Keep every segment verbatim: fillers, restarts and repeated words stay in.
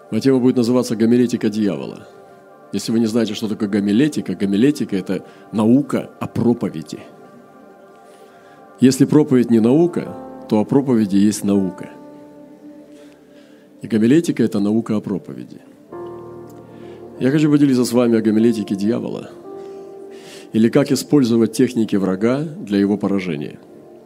Моя тема будет называться «Гомилетика дьявола». Если вы не знаете, что такое гомилетика, гомилетика – это наука о проповеди. Если проповедь не наука, то о проповеди есть наука. И гомилетика – это наука о проповеди. Я хочу поделиться с вами о гомилетике дьявола, или как использовать техники врага для его поражения.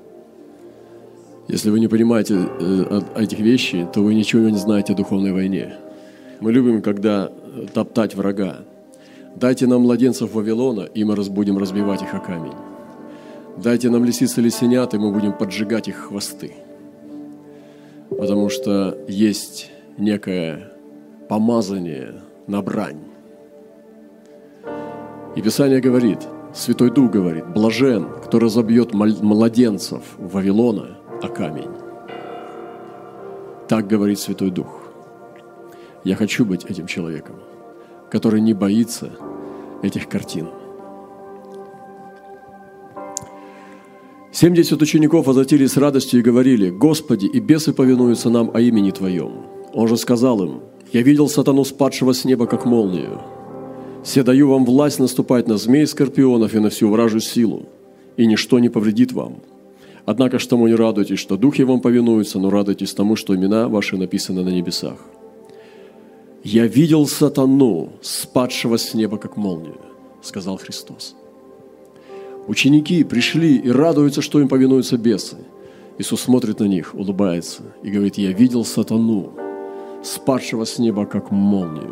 Если вы не понимаете этих вещей, то вы ничего не знаете о духовной войне. Мы любим, когда топтать врага. Дайте нам младенцев Вавилона, и мы будем разбивать их о камень. Дайте нам лисиц и лисенят, и мы будем поджигать их хвосты. Потому что есть некое помазание на брань. И Писание говорит, Святой Дух говорит, блажен, кто разобьет младенцев Вавилона о камень. Так говорит Святой Дух. Я хочу быть этим человеком, который не боится этих картин. Семьдесят учеников возвратились с радостью и говорили: «Господи, и бесы повинуются нам о имени Твоем». Он же сказал им: «Я видел сатану, спадшего с неба, как молнию. Се даю вам власть наступать на змей, скорпионов и на всю вражью силу, и ничто не повредит вам. Однако ж тому не радуйтесь, что духи вам повинуются, но радуйтесь тому, что имена ваши написаны на небесах. Я видел сатану, спадшего с неба, как молнию», — сказал Христос. Ученики пришли и радуются, что им повинуются бесы. Иисус смотрит на них, улыбается и говорит: «Я видел сатану, спадшего с неба, как молнию.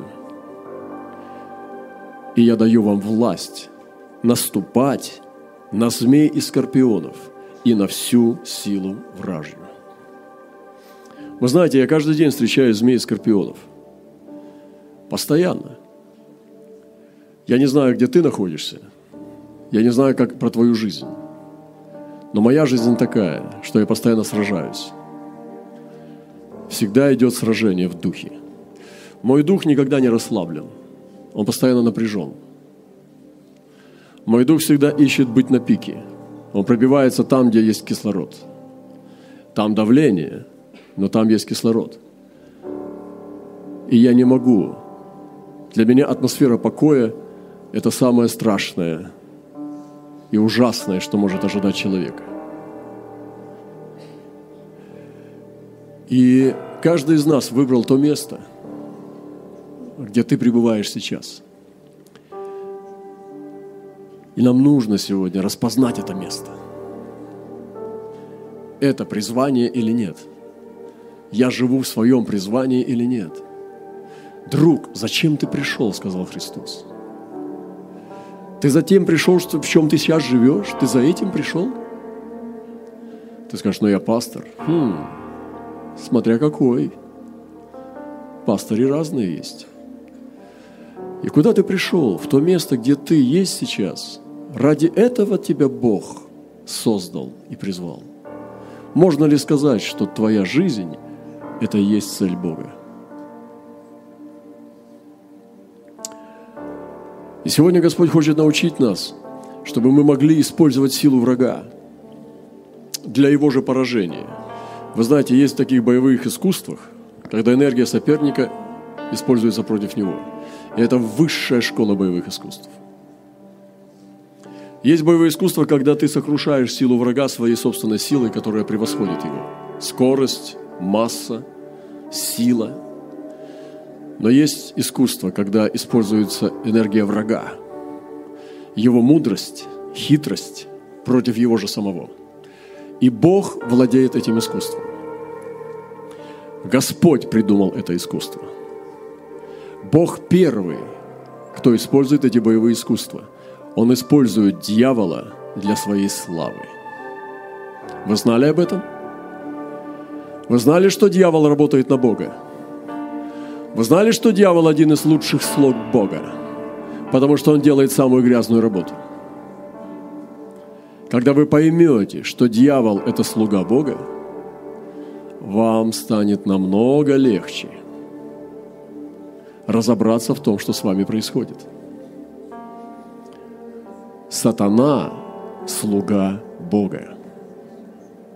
И я даю вам власть наступать на змей и скорпионов и на всю силу вражью». Вы знаете, я каждый день встречаю змей и скорпионов. Постоянно. Я не знаю, где ты находишься. Я не знаю, как про твою жизнь. Но моя жизнь такая, что я постоянно сражаюсь. Всегда идет сражение в духе. Мой дух никогда не расслаблен. Он постоянно напряжен. Мой дух всегда ищет быть на пике. Он пробивается там, где есть кислород. Там давление, но там есть кислород. И я не могу. Для меня атмосфера покоя – это самое страшное и ужасное, что может ожидать человека. И каждый из нас выбрал то место, где ты пребываешь сейчас. И нам нужно сегодня распознать это место. Это призвание или нет? Я живу в своем призвании или нет? «Друг, зачем ты пришел?» – сказал Христос. Ты за тем пришел, что, в чем ты сейчас живешь? Ты за этим пришел? Ты скажешь: ну я пастор. Хм, смотря какой. Пастыри разные есть. И куда ты пришел? В то место, где ты есть сейчас. Ради этого тебя Бог создал и призвал. Можно ли сказать, что твоя жизнь – это и есть цель Бога? И сегодня Господь хочет научить нас, чтобы мы могли использовать силу врага для его же поражения. Вы знаете, есть в таких боевых искусствах, когда энергия соперника используется против него. И это высшая школа боевых искусств. Есть боевые искусства, когда ты сокрушаешь силу врага своей собственной силой, которая превосходит его. Скорость, масса, сила. Но есть искусство, когда используется энергия врага, его мудрость, хитрость против его же самого. И Бог владеет этим искусством. Господь придумал это искусство. Бог первый, кто использует эти боевые искусства. Он использует дьявола для своей славы. Вы знали об этом? Вы знали, что дьявол работает на Бога? Вы знали, что дьявол один из лучших слуг Бога? Потому что он делает самую грязную работу. Когда вы поймете, что дьявол – это слуга Бога, вам станет намного легче разобраться в том, что с вами происходит. Сатана – слуга Бога.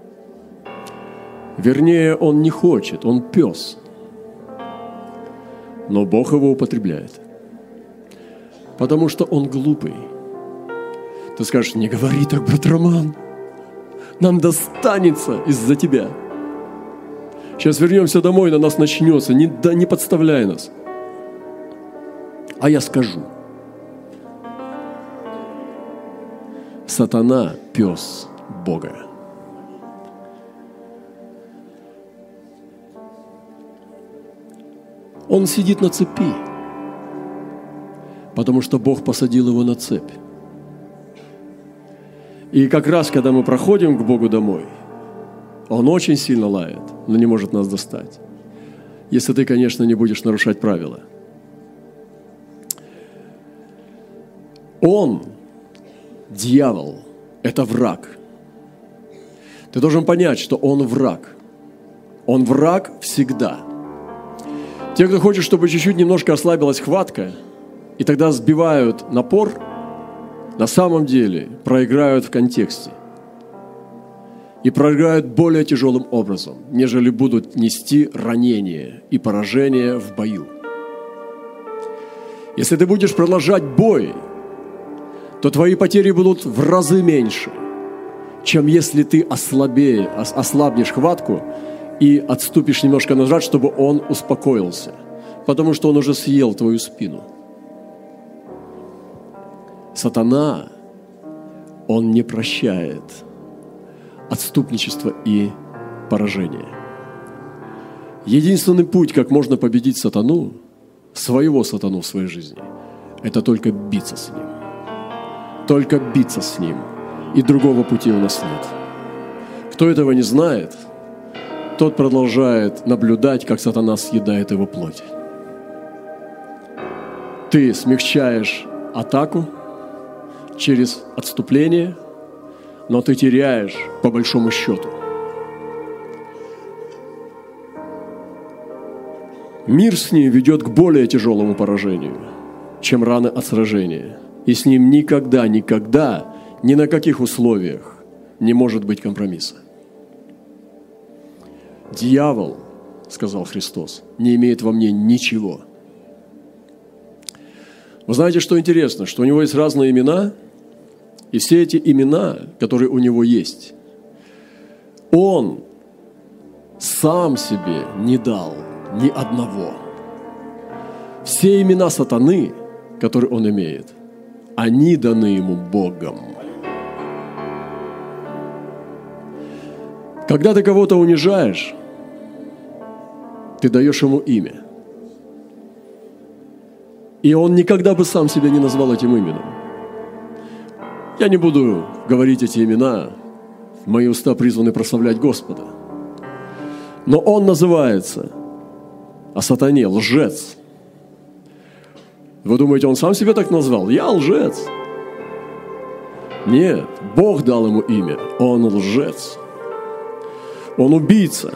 Вернее, он не хочет, он пес. но Бог его употребляет. Потому что он глупый. Ты скажешь: не говори так, брат Роман. Нам достанется из-за тебя. Сейчас вернемся домой, на нас начнется. Не, да, не подставляй нас. А я скажу. Сатана – пес Бога. Он сидит на цепи, потому что Бог посадил его на цепь. И как раз, когда мы проходим к Богу домой, Он очень сильно лает, но не может нас достать. Если ты, конечно, не будешь нарушать правила. Он, дьявол, это враг. Ты должен понять, что он враг. Он враг всегда. Те, кто хочет, чтобы чуть-чуть немножко ослабилась хватка, и тогда сбивают напор, на самом деле проиграют в контексте. И проиграют более тяжелым образом, нежели будут нести ранения и поражения в бою. Если ты будешь продолжать бой, то твои потери будут в разы меньше, чем если ты ослабее, ослабнешь хватку и отступишь немножко назад, чтобы он успокоился, потому что он уже съел твою спину. Сатана, он не прощает отступничество и поражение. Единственный путь, как можно победить сатану, своего сатану в своей жизни, это только биться с ним. Только биться с ним. И другого пути у нас нет. Кто этого не знает, тот продолжает наблюдать, как сатана съедает его плоть. Ты смягчаешь атаку через отступление, но ты теряешь по большому счету. Мир с ним ведет к более тяжелому поражению, чем раны от сражения. И с ним никогда, никогда, ни на каких условиях не может быть компромисса. Дьявол, сказал Христос, не имеет во мне ничего. Вы знаете, что интересно? Что у него есть разные имена, и все эти имена, которые у него есть, он сам себе не дал ни одного. Все имена сатаны, которые он имеет, они даны ему Богом. Когда ты кого-то унижаешь, ты даешь ему имя. И он никогда бы сам себя не назвал этим именем. Я не буду говорить эти имена, мои уста призваны прославлять Господа. Но он называется о сатане лжец. Вы думаете, он сам себя так назвал? Я лжец. Нет, Бог дал ему имя. Он лжец. Он убийца.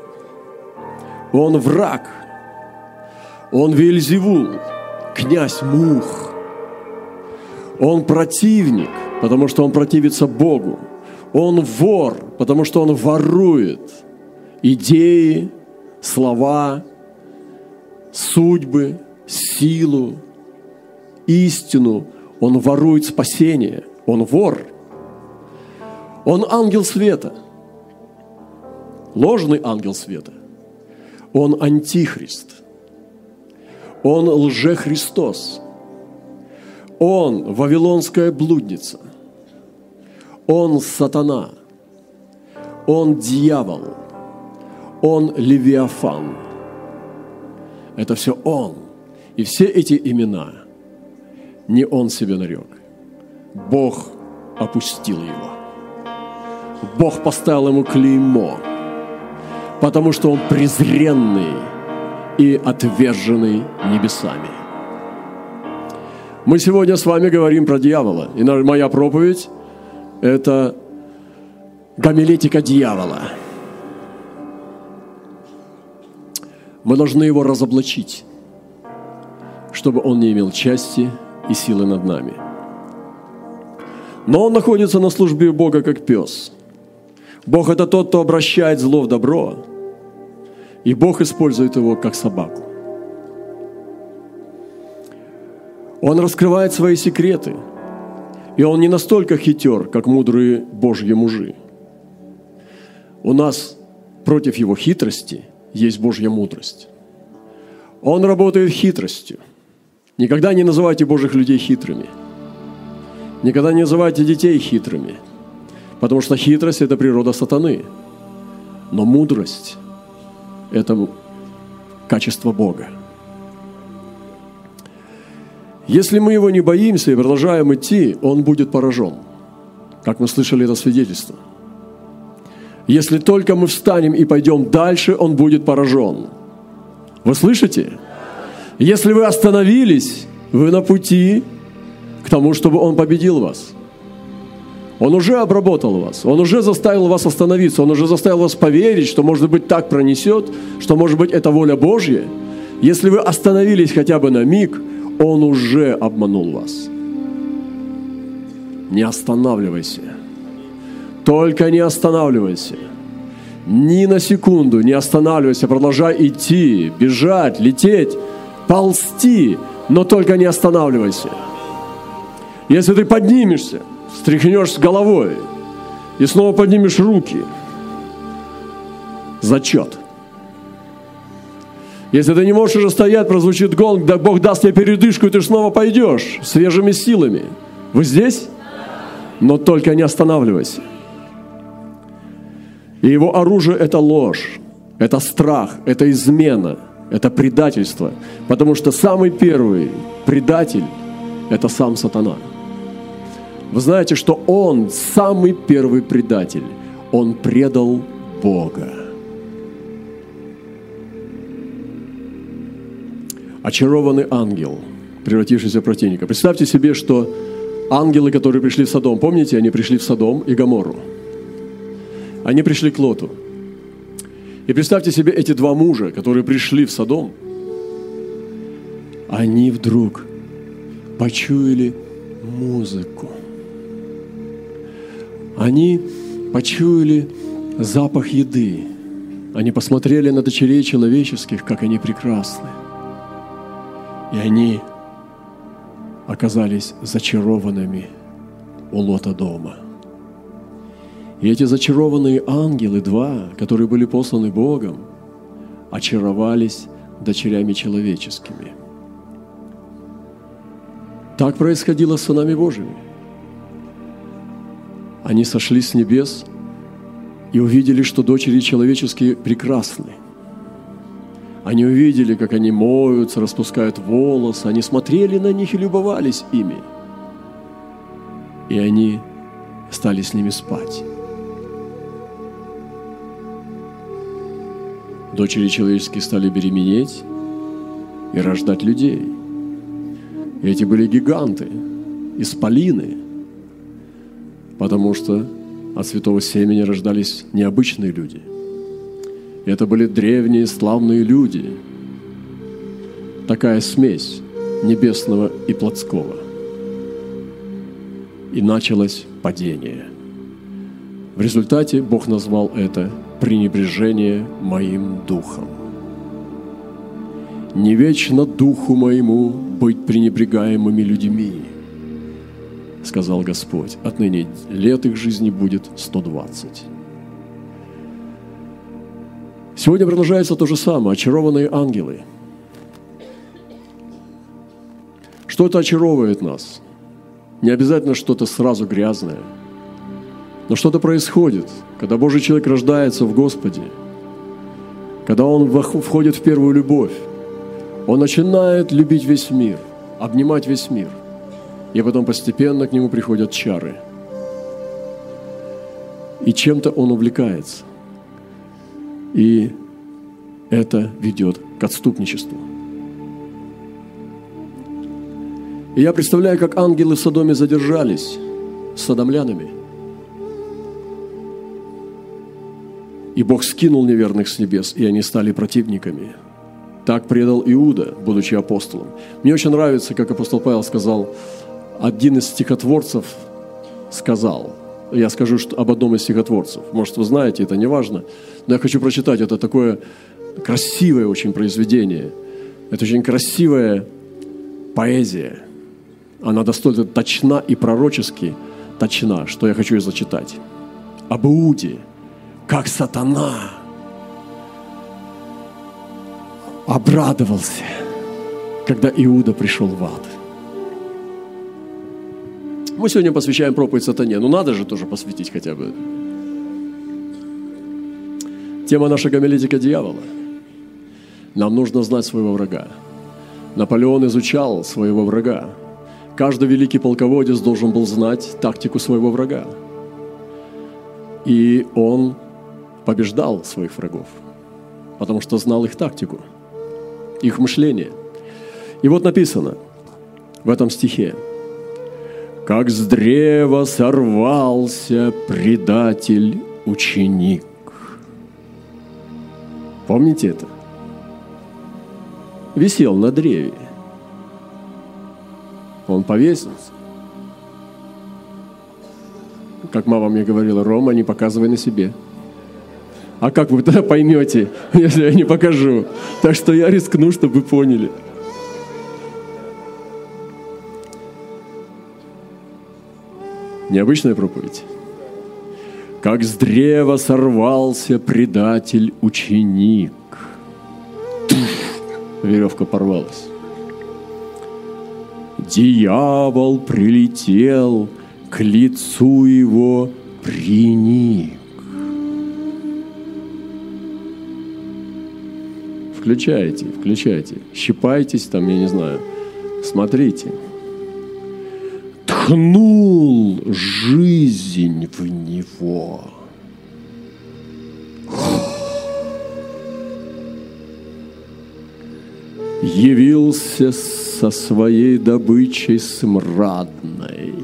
Он враг. Он Веельзевул, князь мух. Он противник, потому что он противится Богу. Он вор, потому что он ворует идеи, слова, судьбы, силу, истину. Он ворует спасение. Он вор. Он ангел света. Ложный ангел света. Он антихрист. Он лжехристос. Он вавилонская блудница. Он сатана. Он дьявол. Он левиафан. Это все он. И все эти имена не он себе нарек. Бог опустил его. Бог поставил ему клеймо, потому что он презренный и отверженный небесами. Мы сегодня с вами говорим про дьявола. И моя проповедь – это гомилетика дьявола. Мы должны его разоблачить, чтобы он не имел части и силы над нами. Но он находится на службе Бога как пес. Бог – это тот, кто обращает зло в добро, и Бог использует его как собаку. Он раскрывает свои секреты. И он не настолько хитер, как мудрые Божьи мужи. У нас против его хитрости есть Божья мудрость. Он работает хитростью. Никогда не называйте Божьих людей хитрыми. Никогда не называйте детей хитрыми. Потому что хитрость – это природа сатаны. Но мудрость – это качество Бога. Если мы его не боимся и продолжаем идти, он будет поражен. Как мы слышали это свидетельство. Если только мы встанем и пойдем дальше, он будет поражен. Вы слышите? Если вы остановились, вы на пути к тому, чтобы он победил вас. Он уже обработал вас, он уже заставил вас остановиться, он уже заставил вас поверить, что, может быть, так пронесет, что, может быть, это воля Божья. Если вы остановились хотя бы на миг, он уже обманул вас. Не останавливайся. Только не останавливайся. Ни на секунду не останавливайся. Продолжай идти, бежать, лететь, ползти, но только не останавливайся. Если ты поднимешься, встряхнешь с головой и снова поднимешь руки, зачет. Если ты не можешь уже стоять, прозвучит гонг, да Бог даст тебе передышку, и ты снова пойдешь свежими силами. Вы здесь? Но только не останавливайся. И его оружие – это ложь, это страх, это измена, это предательство. Потому что самый первый предатель – это сам сатана. Вы знаете, что он самый первый предатель. Он предал Бога. Очарованный ангел, превратившийся в противника. Представьте себе, что ангелы, которые пришли в Содом, помните, они пришли в Содом и Гоморру. Они пришли к Лоту. И представьте себе эти два мужа, которые пришли в Содом, они вдруг почуяли музыку. Они почуяли запах еды. Они посмотрели на дочерей человеческих, как они прекрасны. И они оказались зачарованными у Лота дома. И эти зачарованные ангелы, два, которые были посланы Богом, очаровались дочерями человеческими. Так происходило с сынами Божьими. Они сошли с небес и увидели, что дочери человеческие прекрасны. Они увидели, как они моются, распускают волосы. Они смотрели на них и любовались ими. И они стали с ними спать. Дочери человеческие стали беременеть и рождать людей. И эти были гиганты, исполины, потому что от святого семени рождались необычные люди. И это были древние славные люди. Такая смесь небесного и плотского. И началось падение. В результате Бог назвал это пренебрежение моим духом. Не вечно духу моему быть пренебрегаемыми людьми, сказал Господь. Отныне лет их жизни будет сто двадцать. Сегодня продолжается то же самое. Очарованные ангелы. Что-то очаровывает нас. Не обязательно что-то сразу грязное. Но что-то происходит, когда Божий человек рождается в Господе, когда он входит в первую любовь, он начинает любить весь мир, обнимать весь мир, и потом постепенно к нему приходят чары. И чем-то он увлекается. И это ведет к отступничеству. И я представляю, как ангелы в Содоме задержались с содомлянами. И Бог скинул неверных с небес, и они стали противниками. Так предал Иуда, будучи апостолом. Мне очень нравится, как апостол Павел сказал, один из стихотворцев сказал, я скажу что, об одном из стихотворцев. Может, вы знаете, это не важно, но я хочу прочитать. Это такое красивое очень произведение. Это очень красивая поэзия. она достаточно точна и пророчески точна, что я хочу ее зачитать. Об Иуде, как сатана обрадовался, когда Иуда пришел в ад. Мы сегодня посвящаем проповедь сатане. Ну надо же тоже посвятить хотя бы. Тема нашей гомилетика дьявола. Нам нужно знать своего врага. Наполеон изучал своего врага. Каждый великий полководец должен был знать тактику своего врага. И он побеждал своих врагов, потому что знал их тактику, их мышление. И вот написано в этом стихе: «Как с древа сорвался предатель-ученик». Помните это? Висел на древе. Он повесился. Как мама мне говорила: Рома, не показывай на себе. А как вы тогда поймете, если я не покажу? Так что я рискну, чтобы вы поняли. Необычная проповедь. Как с древа сорвался предатель-ученик. Веревка порвалась. Дьявол прилетел, к лицу его приник. Включайте, включайте. Щипайтесь там, я не знаю. Смотрите. Тхнул жизнь в него. Явился со своей добычей смрадной.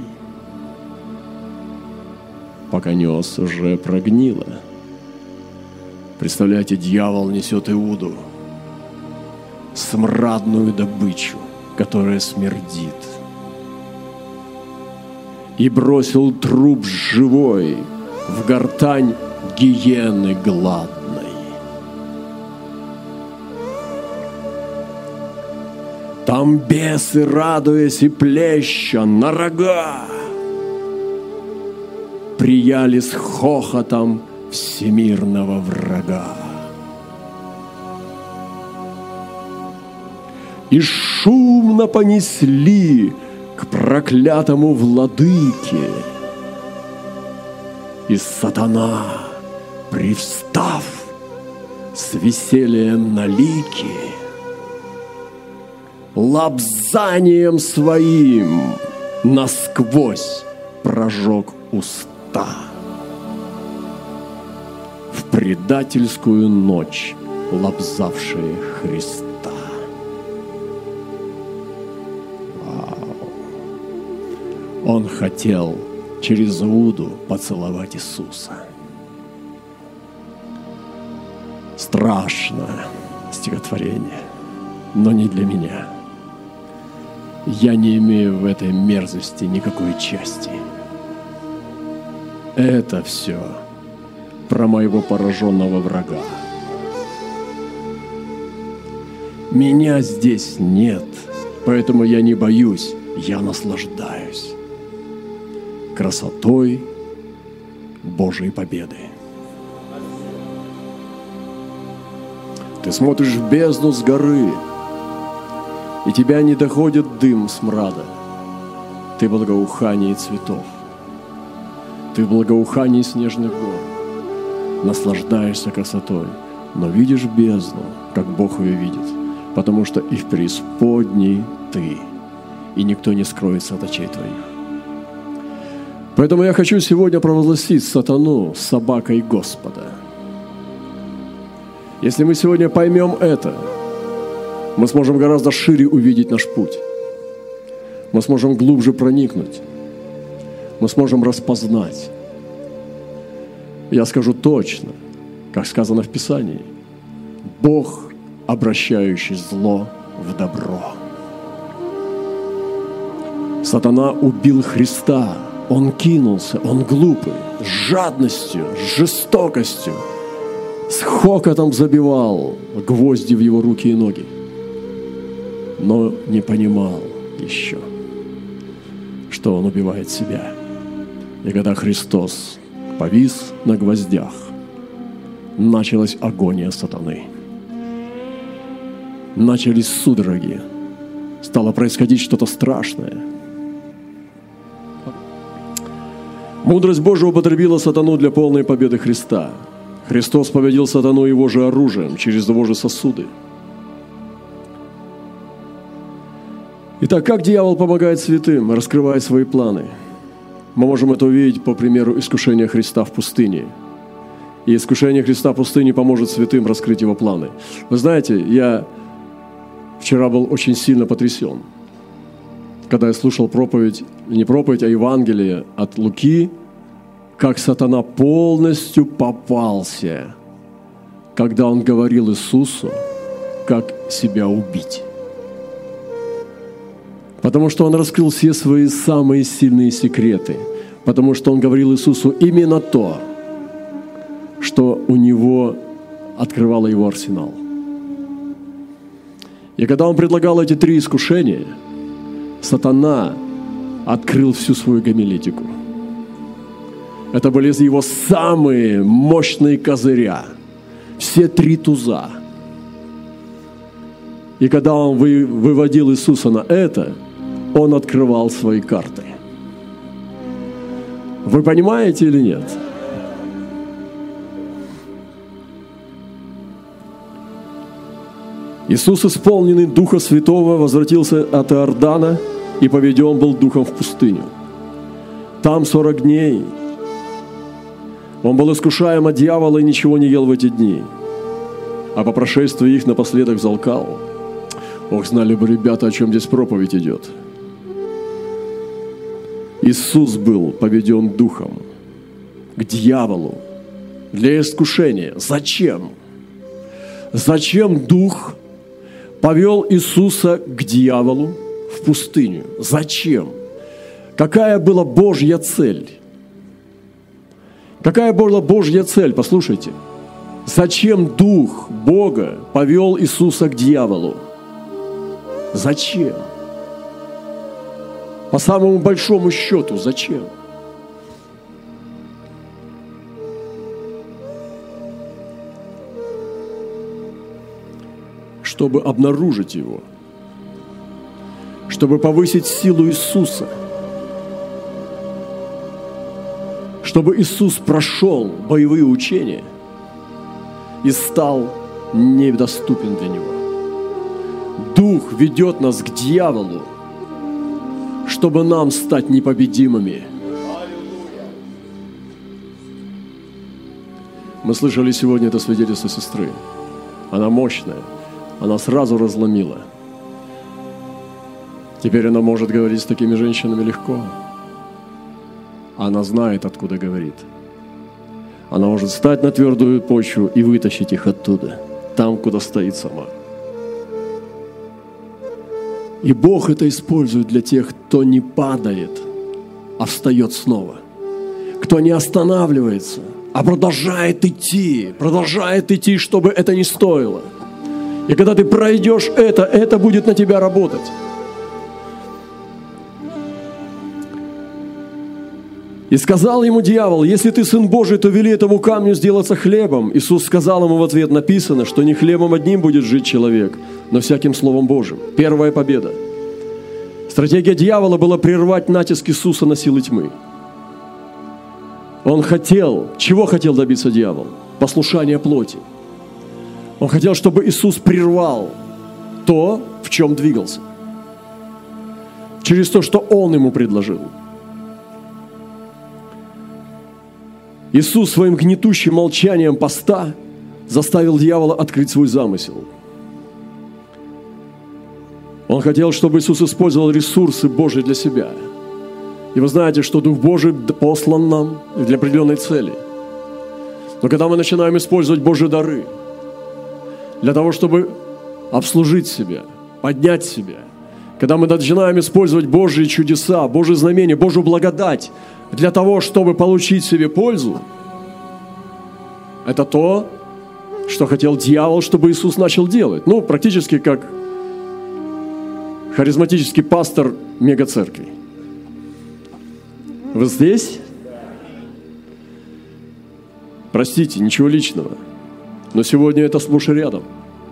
Пока нес, уже прогнило. Представляете, дьявол несет Иуду, смрадную добычу, которая смердит. И бросил труп живой в гортань гиены гладной. Там бесы, радуясь и плеща на рога, прияли с хохотом всемирного врага. И шумно понесли к проклятому владыке. И сатана, привстав с весельем на лике, лобзанием своим насквозь прожег уста. В предательскую ночь лобзавшие Христа. Вау. Он хотел через Иуду поцеловать Иисуса. Страшное стихотворение, но не для меня. Я не имею в этой мерзости никакой части. Это все про моего пораженного врага. Меня здесь нет, поэтому я не боюсь, я наслаждаюсь красотой Божьей победы. Ты смотришь в бездну с горы, и тебя не доходит дым смрада. Ты в благоухании цветов. Ты в благоухании снежных гор. Наслаждаешься красотой, но видишь бездну, как Бог ее видит, потому что и в преисподней ты, и никто не скроется от очей твоих. Поэтому я хочу сегодня провозгласить сатану собакой Господа. Если мы сегодня поймем это, мы сможем гораздо шире увидеть наш путь. Мы сможем глубже проникнуть. Мы сможем распознать. Я скажу точно, как сказано в Писании: Бог, обращающий зло в добро. Сатана убил Христа. Он кинулся, он глупый, с жадностью, с жестокостью, с хохотом забивал гвозди в его руки и ноги. Но не понимал еще, что он убивает себя. И когда Христос повис на гвоздях, началась агония сатаны. Начались судороги. Стало происходить что-то страшное. Мудрость Божия употребила сатану для полной победы Христа. Христос победил сатану его же оружием, через его же сосуды. Итак, как дьявол помогает святым, раскрывая свои планы? Мы можем это увидеть по примеру искушения Христа в пустыне. И искушение Христа в пустыне поможет святым раскрыть его планы. Вы знаете, я вчера был очень сильно потрясен, когда я слушал проповедь, не проповедь, а Евангелие от Луки, как сатана полностью попался, когда он говорил Иисусу, как себя убить. Потому что он раскрыл все свои самые сильные секреты, потому что он говорил Иисусу именно то, что у него открывало его арсенал. И когда он предлагал эти три искушения, сатана открыл всю свою гомилетику. Это были его самые мощные козыря, все три туза. И когда он вы, выводил Иисуса на это, он открывал свои карты. Вы понимаете или нет? Иисус, исполненный Духа Святого, возвратился от Иордана и поведен был Духом в пустыню. Там сорок дней. Он был искушаем от дьявола и ничего не ел в эти дни. А по прошествии их напоследок залкал. Ох, знали бы ребята, о чем здесь проповедь идет. Иисус был поведен Духом к дьяволу для искушения. Зачем? Зачем Дух повел Иисуса к дьяволу в пустыню? Зачем? Какая была Божья цель? Какая была Божья цель? Послушайте. Зачем Дух Бога повел Иисуса к дьяволу? Зачем? По самому большому счету, зачем? Чтобы обнаружить Его, чтобы повысить силу Иисуса, чтобы Иисус прошел боевые учения и стал недоступен для Него. Дух ведет нас к дьяволу, чтобы нам стать непобедимыми. Мы слышали сегодня это свидетельство сестры. Она мощная. Она сразу разломила. Теперь она может говорить с такими женщинами легко. Она знает, откуда говорит. Она может встать на твердую почву и вытащить их оттуда, там, куда стоит сама. И Бог это использует для тех, кто не падает, а встает снова. Кто не останавливается, а продолжает идти, продолжает идти, чтобы это не стоило. И когда ты пройдешь это, это будет на тебя работать. И сказал ему дьявол: если ты Сын Божий, то вели этому камню сделаться хлебом. Иисус сказал ему в ответ: написано, что не хлебом одним будет жить человек, но всяким Словом Божьим. Первая победа. Стратегия дьявола была прервать натиск Иисуса на силы тьмы. Он хотел, чего хотел добиться дьявол? Послушания плоти. Он хотел, чтобы Иисус прервал то, в чем двигался. Через то, что Он ему предложил. Иисус своим гнетущим молчанием поста заставил дьявола открыть свой замысел. Он хотел, чтобы Иисус использовал ресурсы Божьи для себя. И вы знаете, что Дух Божий послан нам для определенной цели. Но когда мы начинаем использовать Божьи дары для того, чтобы обслужить себя, поднять себя, когда мы начинаем использовать Божьи чудеса, Божьи знамения, Божью благодать для того, чтобы получить себе пользу, это то, что хотел дьявол, чтобы Иисус начал делать. Ну, практически как харизматический пастор мегацеркви. Вы здесь? Простите, ничего личного. Но сегодня это сплошь и рядом.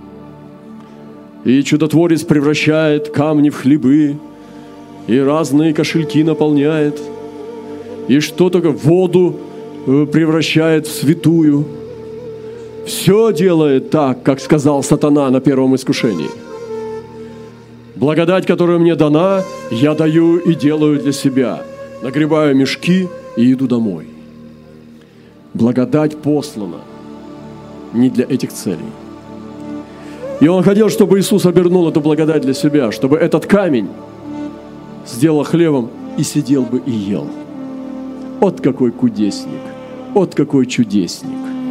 И чудотворец превращает камни в хлебы, и разные кошельки наполняет, и что только воду превращает в святую. Все делает так, как сказал сатана на первом искушении. Благодать, которая мне дана, я даю и делаю для себя. Нагребаю мешки и иду домой. Благодать послана не для этих целей. И он хотел, чтобы Иисус обернул эту благодать для себя, чтобы этот камень сделал хлебом и сидел бы и ел. От какой кудесник, от какой чудесник.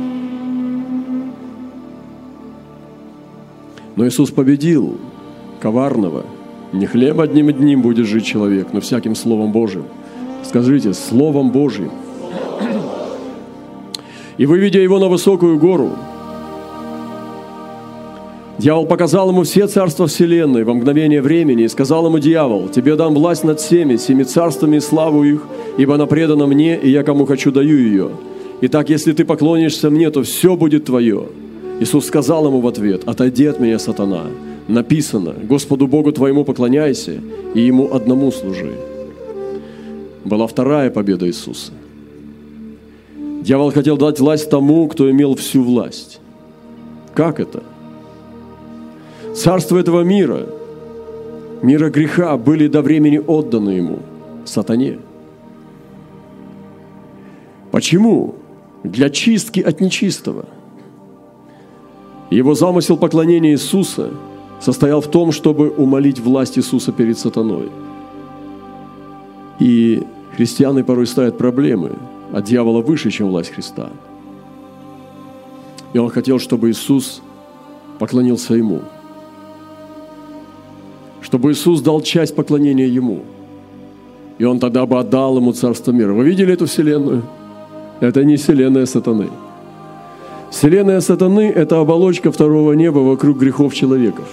Но Иисус победил коварного. Не хлеб одним днем будет жить человек, но всяким Словом Божьим. Скажите, Словом Божьим. И выведя его на высокую гору, дьявол показал ему все царства вселенной во мгновение времени и сказал ему: дьявол, тебе дам власть над всеми, семи царствами и славу их, ибо она предана мне, и я кому хочу даю ее. Итак, если ты поклонишься мне, то все будет твое. Иисус сказал ему в ответ: отойди от меня, сатана. Написано: Господу Богу твоему поклоняйся, и Ему одному служи. Была вторая победа Иисуса. Дьявол хотел дать власть тому, кто имел всю власть. Как это? Царство этого мира, мира греха, были до времени отданы ему, сатане. Почему? Для чистки от нечистого. Его замысел поклонения Иисуса состоял в том, чтобы умалить власть Иисуса перед сатаной. И христиане порой ставят проблемы, а дьявола выше, чем власть Христа. И он хотел, чтобы Иисус поклонился Ему. Чтобы Иисус дал часть поклонения Ему. И Он тогда бы отдал Ему царство мира. Вы видели эту вселенную? Это не вселенная сатаны. Вселенная сатаны – это оболочка второго неба вокруг грехов человеков.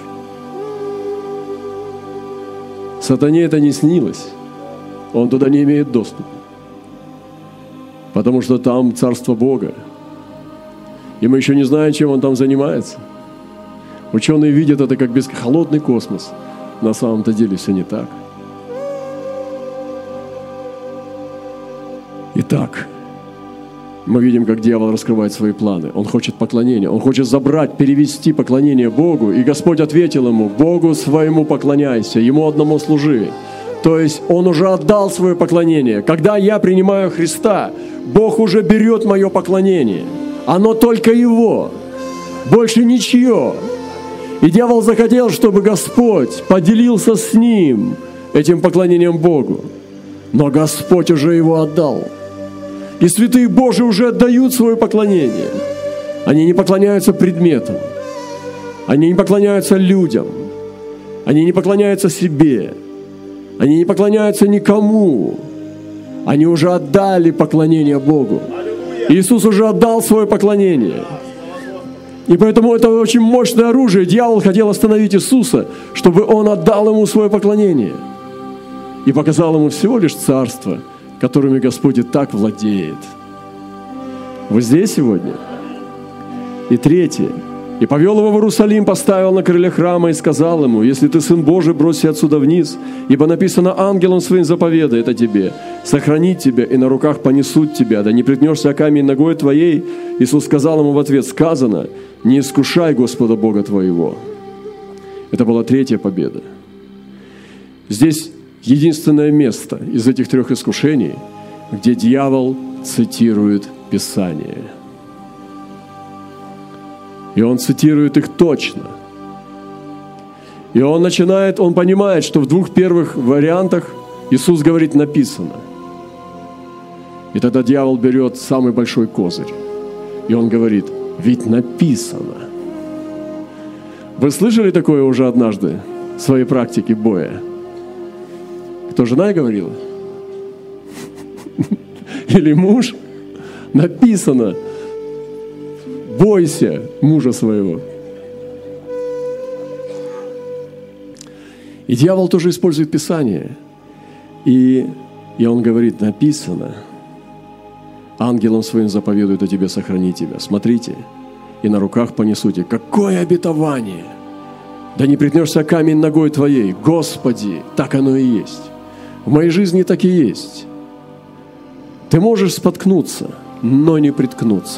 Сатане это не снилось. Он туда не имеет доступа. Потому что там царство Бога. И мы еще не знаем, чем он там занимается. Ученые видят это как бесхолодный космос. На самом-то деле все не так. Итак, мы видим, как дьявол раскрывает свои планы. Он хочет поклонения. Он хочет забрать, перевести поклонение Богу. И Господь ответил ему: Богу своему поклоняйся, Ему одному служи. То есть он уже отдал свое поклонение. Когда я принимаю Христа, Бог уже берет мое поклонение. Оно только Его, больше ничье. И дьявол захотел, чтобы Господь поделился с ним этим поклонением Богу. Но Господь уже его отдал. И святые Божии уже отдают свое поклонение. Они не поклоняются предметам. Они не поклоняются людям. Они не поклоняются себе. Они не поклоняются никому. Они уже отдали поклонение Богу. Иисус уже отдал свое поклонение. И поэтому это очень мощное оружие. Дьявол хотел остановить Иисуса, чтобы Он отдал Ему свое поклонение. И показал Ему всего лишь царство, которыми Господь и так владеет. Вы здесь сегодня? И третье. И повел его в Иерусалим, поставил на крыле храма и сказал ему: если ты Сын Божий, бросься отсюда вниз, ибо написано: ангелом своим заповедает о тебе, сохранить тебя, и на руках понесут тебя, да не приткнешься о камень ногой твоей. Иисус сказал ему в ответ: сказано: не искушай Господа Бога твоего. Это была третья победа. Здесь единственное место из этих трех искушений, где дьявол цитирует Писание. И он цитирует их точно. И он начинает, он понимает, что в двух первых вариантах Иисус говорит: написано. И тогда дьявол берет самый большой козырь. И он говорит: ведь написано. Вы слышали такое уже однажды в своей практике боя? Кто, жена говорила? Или муж? Написано: бойся мужа своего. И дьявол тоже использует Писание. И И он говорит, написано, ангелом своим заповедует о тебе сохранить тебя. Смотрите, и на руках понесуте. Какое обетование! Да не приткнешься камень ногой твоей. Господи, так оно и есть. В моей жизни так и есть. Ты можешь споткнуться, но не приткнуться.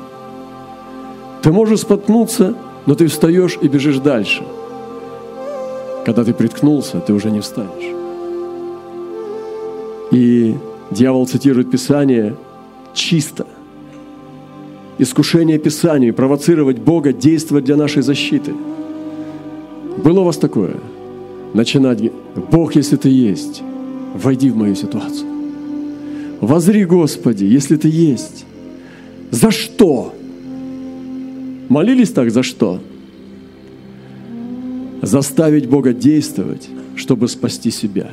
Ты можешь споткнуться, но ты встаешь и бежишь дальше. Когда ты приткнулся, ты уже не встанешь. И дьявол цитирует Писание чисто. Искушение Писанию, провоцировать Бога, действовать для нашей защиты. Было у вас такое? Начинать, Бог, если Ты есть, войди в мою ситуацию. Возри, Господи, если Ты есть. За что? Молились так, за что? Заставить Бога действовать, чтобы спасти себя.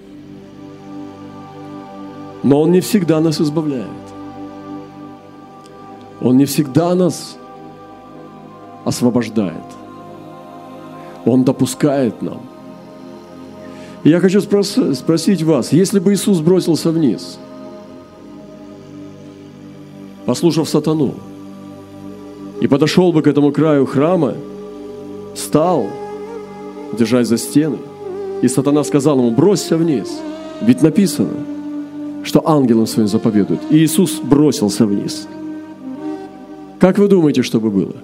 Но Он не всегда нас избавляет. Он не всегда нас освобождает. Он допускает нам. И я хочу спрос- спросить вас, если бы Иисус бросился вниз, послушав сатану, и подошел бы к этому краю храма, встал, держась за стены, и сатана сказал ему, бросься вниз. Ведь написано, что ангелом своим заповедует. И Иисус бросился вниз. Как вы думаете, что бы было?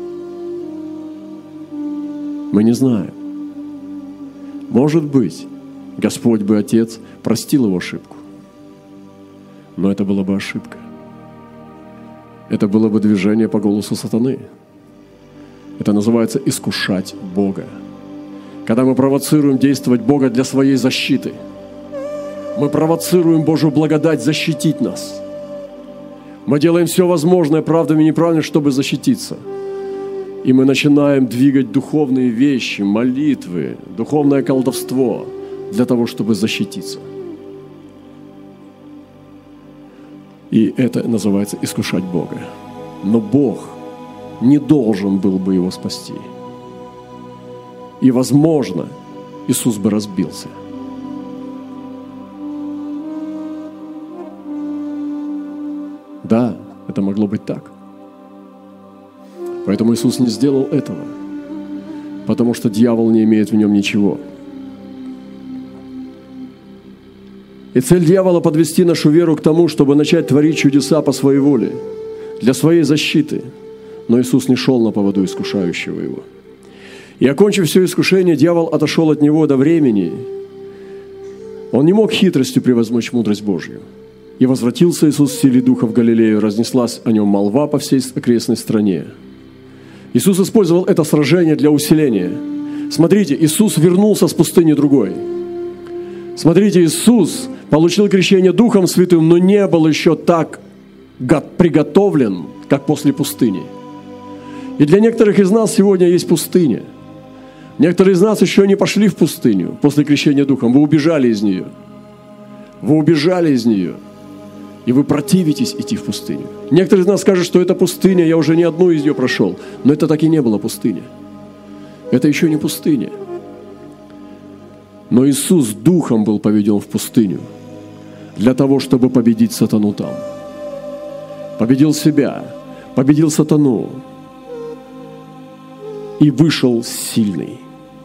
Мы не знаем. Может быть, Господь бы, Отец, простил его ошибку. Но это была бы ошибка. Это было бы движение по голосу сатаны. Это называется искушать Бога. Когда мы провоцируем действовать Бога для своей защиты, мы провоцируем Божью благодать защитить нас. Мы делаем все возможное, правдами и неправдами, чтобы защититься. И мы начинаем двигать духовные вещи, молитвы, духовное колдовство для того, чтобы защититься. И это называется искушать Бога. Но Бог не должен был бы его спасти. И, возможно, Иисус бы разбился. Да, это могло быть так. Поэтому Иисус не сделал этого, потому что дьявол не имеет в нем ничего. И цель дьявола – подвести нашу веру к тому, чтобы начать творить чудеса по своей воле, для своей защиты. Но Иисус не шел на поводу искушающего его. И, окончив все искушение, дьявол отошел от него до времени. Он не мог хитростью превозмочь мудрость Божью. И возвратился Иисус в силе Духа в Галилею, разнеслась о нем молва по всей окрестной стране. Иисус использовал это сражение для усиления. Смотрите, Иисус вернулся с пустыни другой. Смотрите, Иисус получил крещение Духом Святым, но не был еще так приготовлен, как после пустыни. И для некоторых из нас сегодня есть пустыня. Некоторые из нас еще не пошли в пустыню после крещения Духом. Вы убежали из нее. Вы убежали из нее. И вы противитесь идти в пустыню. Некоторые из нас скажут, что это пустыня, я уже не одну из нее прошел. Но это так и не было пустыня. Это еще не пустыня. Но Иисус Духом был поведен в пустыню для того, чтобы победить сатану там. Победил себя, победил сатану и вышел сильный.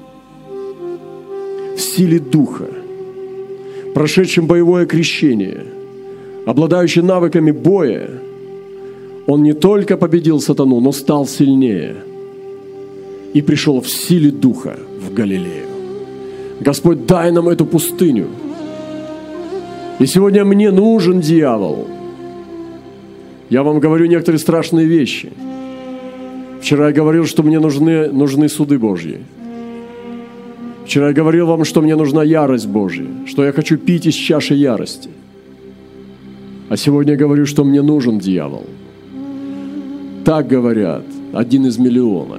В силе Духа, прошедшим боевое крещение, обладающий навыками боя, он не только победил сатану, но стал сильнее и пришел в силе Духа в Галилею. Господь, дай нам эту пустыню. И сегодня мне нужен дьявол. Я вам говорю некоторые страшные вещи. Вчера я говорил, что мне нужны, нужны суды Божьи. Вчера я говорил вам, что мне нужна ярость Божья, что я хочу пить из чаши ярости. А сегодня я говорю, что мне нужен дьявол. Так говорят один из миллиона.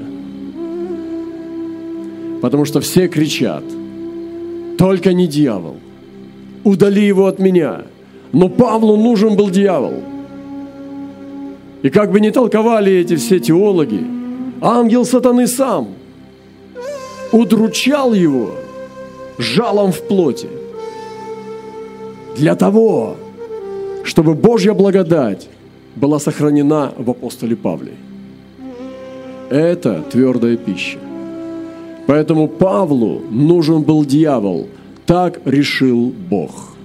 Потому что все кричат, только не дьявол. Удали его от меня. Но Павлу нужен был дьявол. И как бы ни толковали эти все теологи, ангел сатаны сам удручал его жалом в плоти. для того, чтобы Божья благодать была сохранена в апостоле Павле. Это твердая пища. Поэтому Павлу нужен был дьявол. Так решил Бог.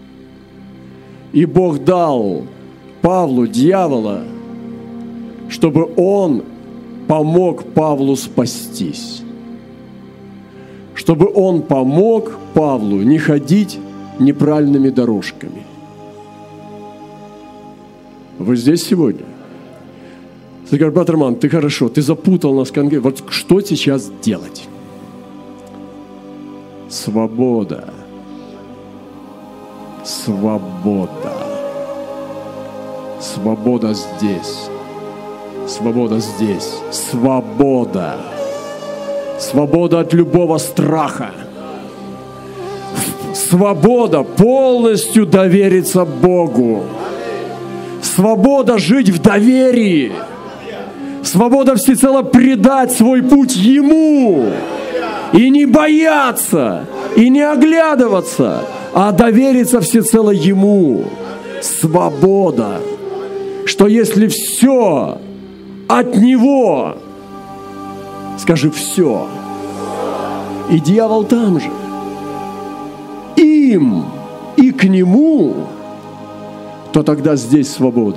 И Бог дал Павлу дьявола, чтобы он помог Павлу спастись. Чтобы он помог Павлу не ходить неправильными дорожками. Вы здесь сегодня? Ты говоришь, брат Роман, ты хорошо, ты запутал нас в конкретно. Вот что сейчас делать? Свобода. Свобода. Свобода здесь. Свобода здесь. Свобода. Свобода от любого страха. Свобода полностью довериться Богу. Свобода жить в доверии. Свобода всецело предать свой путь Ему. И не бояться, и не оглядываться, а довериться всецело Ему. Свобода. Что если все от Него, скажи все, и дьявол там же, им и к Нему, то тогда здесь свобода.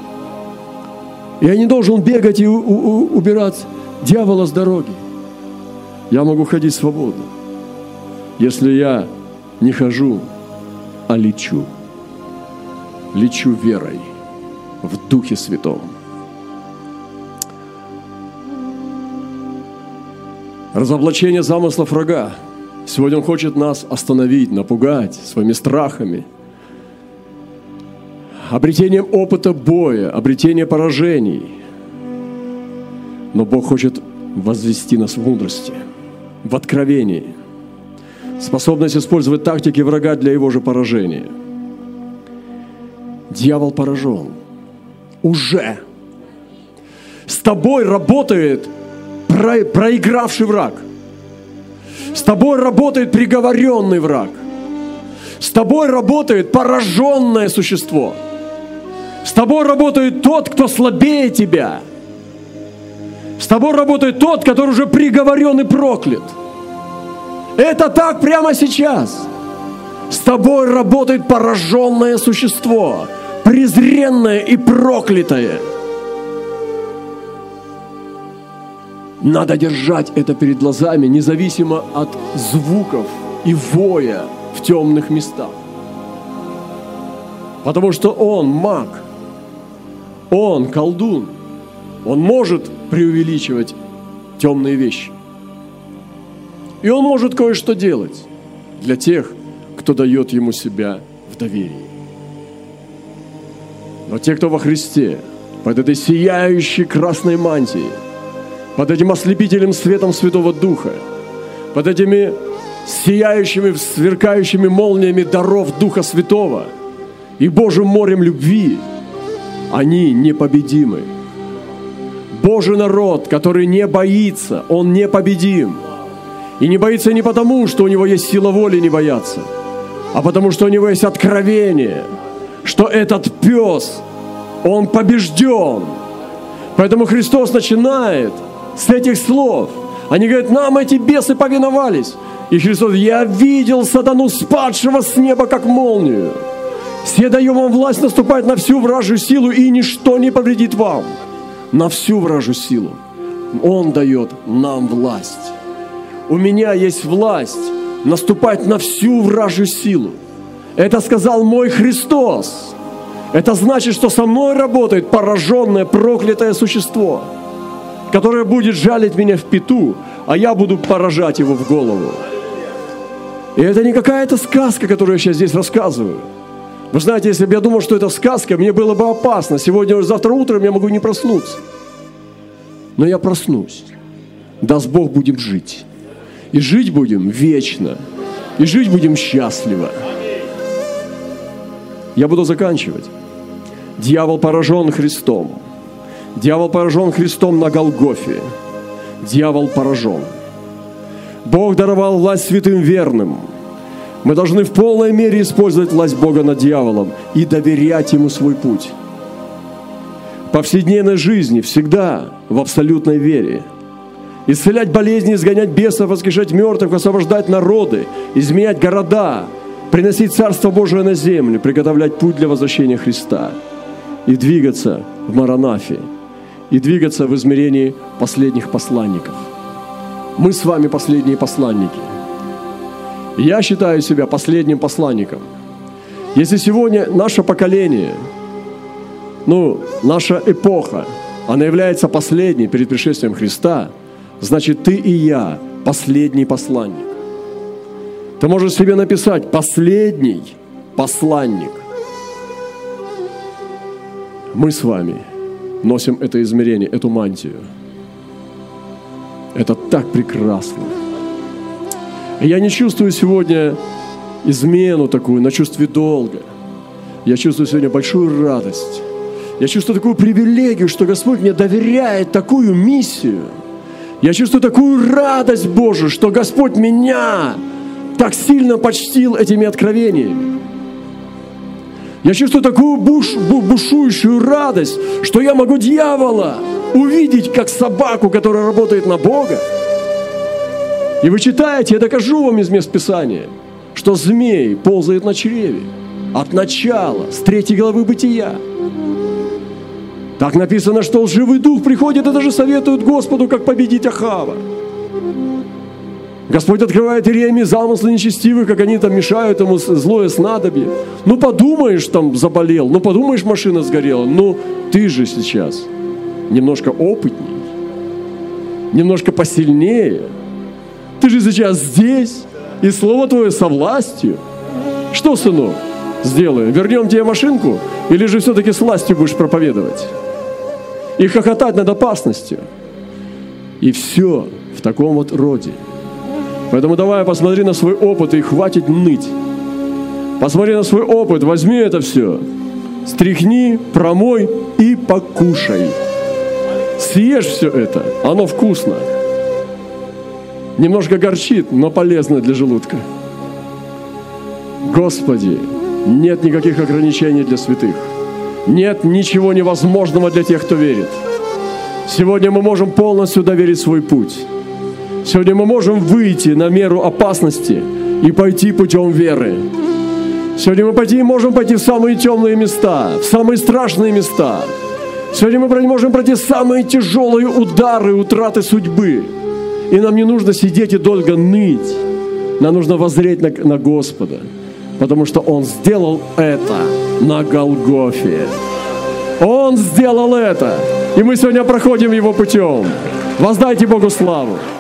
Я не должен бегать и у- у- убирать дьявола с дороги. Я могу ходить свободно, если я не хожу, а лечу. Лечу верой в Духе Святом. Разоблачение замыслов врага. Сегодня он хочет нас остановить, напугать своими страхами, обретением опыта боя, обретением поражений. Но Бог хочет возвести нас в мудрости, в откровении, способность использовать тактики врага для его же поражения. Дьявол поражен. Уже. С тобой работает про- проигравший враг. С тобой работает приговоренный враг. С тобой работает пораженное существо. С тобой работает тот, кто слабее тебя. С тобой работает тот, который уже приговорен и проклят. Это так прямо сейчас. С тобой работает пораженное существо, презренное и проклятое. Надо держать это перед глазами, независимо от звуков и воя в темных местах. Потому что он маг, он колдун, он может преувеличивать темные вещи. И он может кое-что делать для тех, кто дает ему себя в доверии. Но те, кто во Христе, под этой сияющей красной мантией, под этим ослепительным светом Святого Духа, под этими сияющими, сверкающими молниями даров Духа Святого и Божьим морем любви, они непобедимы. Божий народ, который не боится, он непобедим. И не боится не потому, что у него есть сила воли не бояться, а потому, что у него есть откровение, что этот пес, он побежден. Поэтому Христос начинает с этих слов. Они говорят, нам эти бесы повиновались. И Христос, я видел сатану, спадшего с неба, как молнию. Все даю вам власть наступать на всю вражью силу, и ничто не повредит вам. На всю вражью силу. Он дает нам власть. У меня есть власть наступать на всю вражью силу. Это сказал мой Христос. Это значит, что со мной работает пораженное, проклятое существо, которое будет жалить меня в пяту, а я буду поражать его в голову. И это не какая-то сказка, которую я сейчас здесь рассказываю. Вы знаете, если бы я думал, что это сказка, мне было бы опасно. Сегодня, завтра утром я могу не проснуться. Но я проснусь. Даст Бог, будем жить. И жить будем вечно. И жить будем счастливо. Я буду заканчивать. Дьявол поражен Христом. Дьявол поражен Христом на Голгофе. Дьявол поражен. Бог даровал власть святым верным. Мы должны в полной мере использовать власть Бога над дьяволом и доверять Ему свой путь. В повседневной жизни всегда в абсолютной вере. Исцелять болезни, изгонять бесов, воскрешать мертвых, освобождать народы, изменять города, приносить Царство Божие на землю, приготовлять путь для возвращения Христа и двигаться в Маранафе, и двигаться в измерении последних посланников. Мы с вами последние посланники. Я считаю себя последним посланником. Если сегодня наше поколение, ну, наша эпоха, она является последней перед пришествием Христа, значит, ты и я последний посланник. Ты можешь себе написать «последний посланник». Мы с вами носим это измерение, эту мантию. Это так прекрасно. И я не чувствую сегодня измену такую на чувстве долга. Я чувствую сегодня большую радость. Я чувствую такую привилегию, что Господь мне доверяет такую миссию. Я чувствую такую радость Божию, что Господь меня так сильно почтил этими откровениями. Я чувствую такую буш, бу, бушующую радость, что я могу дьявола увидеть как собаку, которая работает на Бога. И вы читаете, я докажу вам из мест Писания, что змей ползает на чреве от начала, с третьей главы Бытия. Так написано, что лживый дух приходит и даже советует Господу, как победить Ахава. Господь открывает Иеремии замыслы нечестивых, как они там мешают ему злое снадобье. Ну, подумаешь, там заболел, ну, подумаешь, машина сгорела. Ну, ты же сейчас немножко опытней, немножко посильнее. Ты же сейчас здесь, и слово твое со властью. Что, сынок, сделаем? Вернем тебе машинку? Или же все-таки с властью будешь проповедовать? И хохотать над опасностью. И все в таком вот роде. Поэтому давай посмотри на свой опыт и хватит ныть. Посмотри на свой опыт, возьми это все, стряхни, промой и покушай. Съешь все это, оно вкусно. Немножко горчит, но полезно для желудка. Господи, нет никаких ограничений для святых. Нет ничего невозможного для тех, кто верит. Сегодня мы можем полностью доверить свой путь. Сегодня мы можем выйти на меру опасности и пойти путем веры. Сегодня мы пойти, можем пойти в самые темные места, в самые страшные места. Сегодня мы можем пройти самые тяжелые удары, утраты судьбы. И нам не нужно сидеть и долго ныть. Нам нужно воззреть на, на Господа, потому что Он сделал это на Голгофе. Он сделал это, и мы сегодня проходим Его путем. Воздайте Богу славу.